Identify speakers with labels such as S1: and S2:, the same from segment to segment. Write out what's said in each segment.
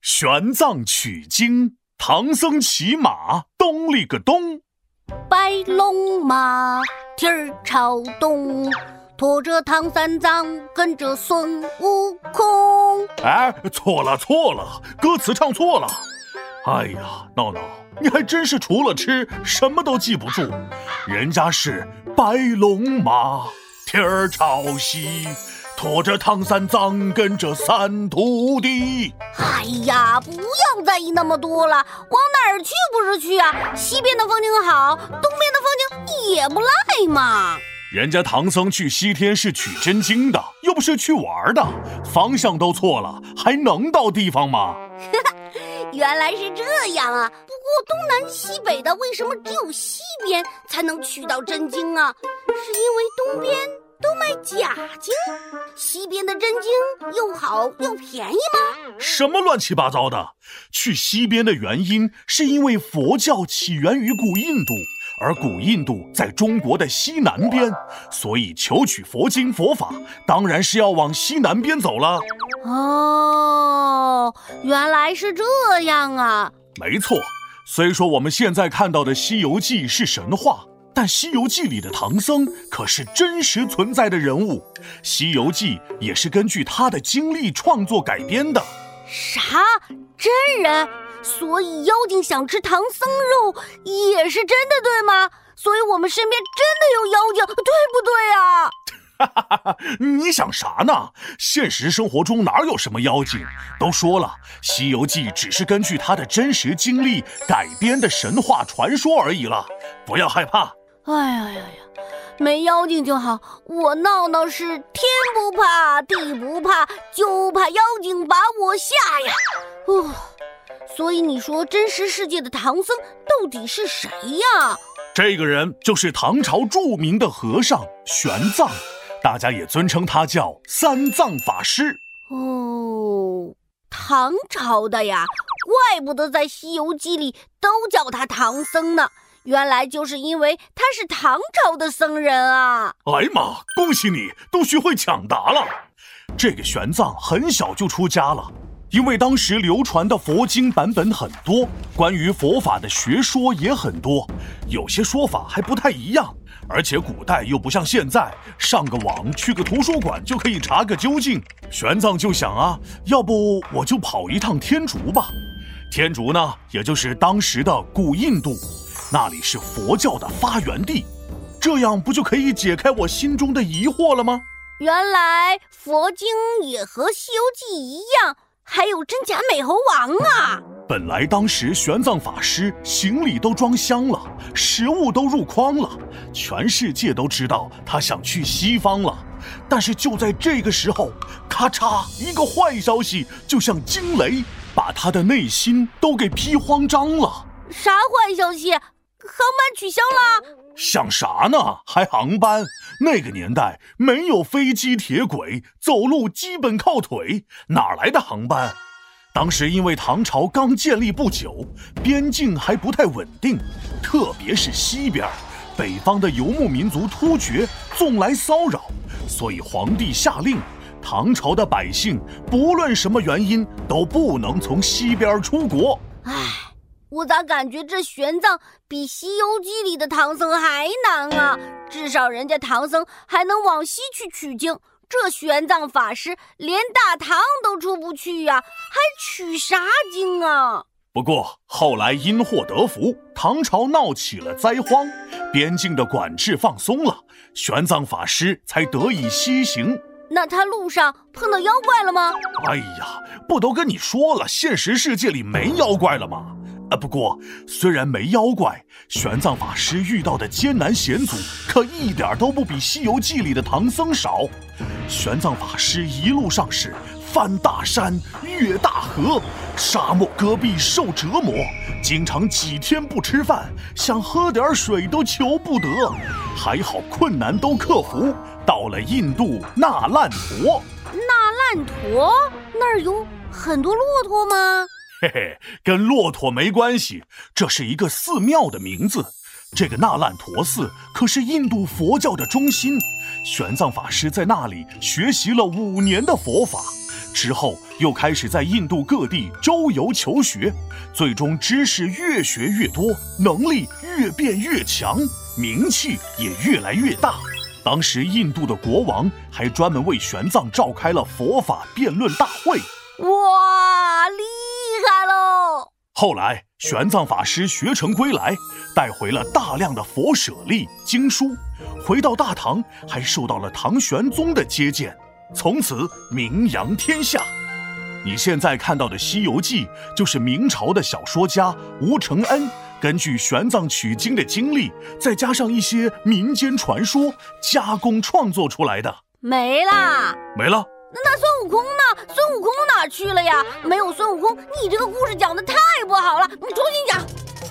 S1: 玄奘取经，唐僧骑马，咚里个咚。
S2: 白龙马，蹄儿朝东，驮着唐三藏，跟着孙悟空。
S1: 哎，错了，歌词唱错了。哎呀，闹闹，你还真是除了吃什么都记不住。人家是白龙马，蹄儿朝西，驮着唐三藏，跟着三徒弟。
S2: 哎呀，不要在意那么多了，往哪儿去不是去啊？西边的风景好，东边的风景也不赖嘛。
S1: 人家唐僧去西天是取真经的，又不是去玩的，方向都错了，还能到地方吗？
S2: 原来是这样啊！不过东南西北的，为什么只有西边才能取到真经啊？是因为东边都卖假经，西边的真经又好又便宜吗？
S1: 什么乱七八糟的！去西边的原因是因为佛教起源于古印度，而古印度在中国的西南边，所以求取佛经佛法，当然是要往西南边走了。
S2: 哦，原来是这样啊！
S1: 没错，虽说我们现在看到的《西游记》是神话，但《西游记》里的唐僧可是真实存在的人物，《西游记》也是根据他的经历创作改编的。
S2: 啥？真人？所以妖精想吃唐僧肉也是真的，对吗？所以我们身边真的有妖精，对不对啊？
S1: 你想啥呢？现实生活中哪有什么妖精？都说了，《西游记》只是根据他的真实经历改编的神话传说而已了，不要害怕。
S2: 哎呀，没妖精就好，我闹闹是天不怕地不怕，就怕妖精把我吓呀。所以你说真实世界的唐僧到底是谁呀？
S1: 这个人就是唐朝著名的和尚玄奘，大家也尊称他叫三藏法师。
S2: 哦，唐朝的呀，怪不得在《西游记》里都叫他唐僧呢，原来就是因为他是唐朝的僧人啊！
S1: 哎呀妈，恭喜你，都学会抢答了。这个玄奘很小就出家了，因为当时流传的佛经版本很多，关于佛法的学说也很多，有些说法还不太一样，而且古代又不像现在，上个网去个图书馆就可以查个究竟。玄奘就想啊，要不我就跑一趟天竺吧。天竺呢，也就是当时的古印度，那里是佛教的发源地，这样不就可以解开我心中的疑惑了吗？
S2: 原来佛经也和《西游记》一样，还有真假美猴王啊！
S1: 本来当时玄奘法师行李都装箱了，食物都入筐了，全世界都知道他想去西方了。但是就在这个时候，咔嚓，一个坏消息就像惊雷，把他的内心都给劈慌张了。
S2: 啥坏消息？航班取消了？
S1: 想啥呢？还航班？那个年代没有飞机铁轨，走路基本靠腿，哪来的航班？当时因为唐朝刚建立不久，边境还不太稳定，特别是西边，北方的游牧民族突厥纵来骚扰，所以皇帝下令，唐朝的百姓不论什么原因都不能从西边出国。
S2: 唉，我咋感觉这玄奘比《西游记》里的唐僧还难啊？至少人家唐僧还能往西去取经，这玄奘法师连大唐都出不去呀，还取啥经啊？
S1: 不过后来因祸得福，唐朝闹起了灾荒，边境的管制放松了，玄奘法师才得以西行。
S2: 那他路上碰到妖怪了吗？
S1: 哎呀，不都跟你说了，现实世界里没妖怪了吗？不过虽然没妖怪，玄奘法师遇到的艰难险阻可一点都不比《西游记》里的唐僧少。玄奘法师一路上是翻大山越大河，沙漠戈壁受折磨，经常几天不吃饭，想喝点水都求不得。还好困难都克服，到了印度那烂陀。
S2: 那烂陀那儿有很多骆驼吗？
S1: 嘿嘿，跟骆驼没关系，这是一个寺庙的名字。这个那烂陀寺可是印度佛教的中心，玄奘法师在那里学习了5年的佛法， 之后又开始在印度各地周游求学，最终知识越学越多，能力越变越强，名气也越来越大。当时印度的国王还专门为玄奘召开了佛法辩论大会。
S2: 哇，厉害喽！
S1: 后来玄奘法师学成归来，带回了大量的佛舍利经书，回到大唐还受到了唐玄宗的接见，从此名扬天下。你现在看到的《西游记》就是明朝的小说家吴承恩根据玄奘取经的经历，再加上一些民间传说加工创作出来的。
S2: 没啦？
S1: 没了。
S2: 那孙悟空呢？孙悟空哪去了呀？没有孙悟空，你这个故事讲得太不好了，你重新讲。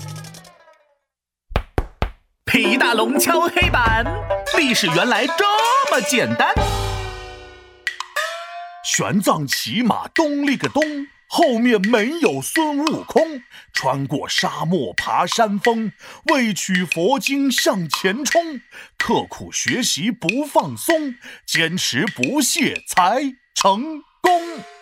S3: 皮大龙敲黑板，历史原来这么简单。
S1: 玄奘骑马东哩个东，后面没有孙悟空，穿过沙漠爬山峰，为取佛经向前冲，刻苦学习不放松，坚持不懈才成功。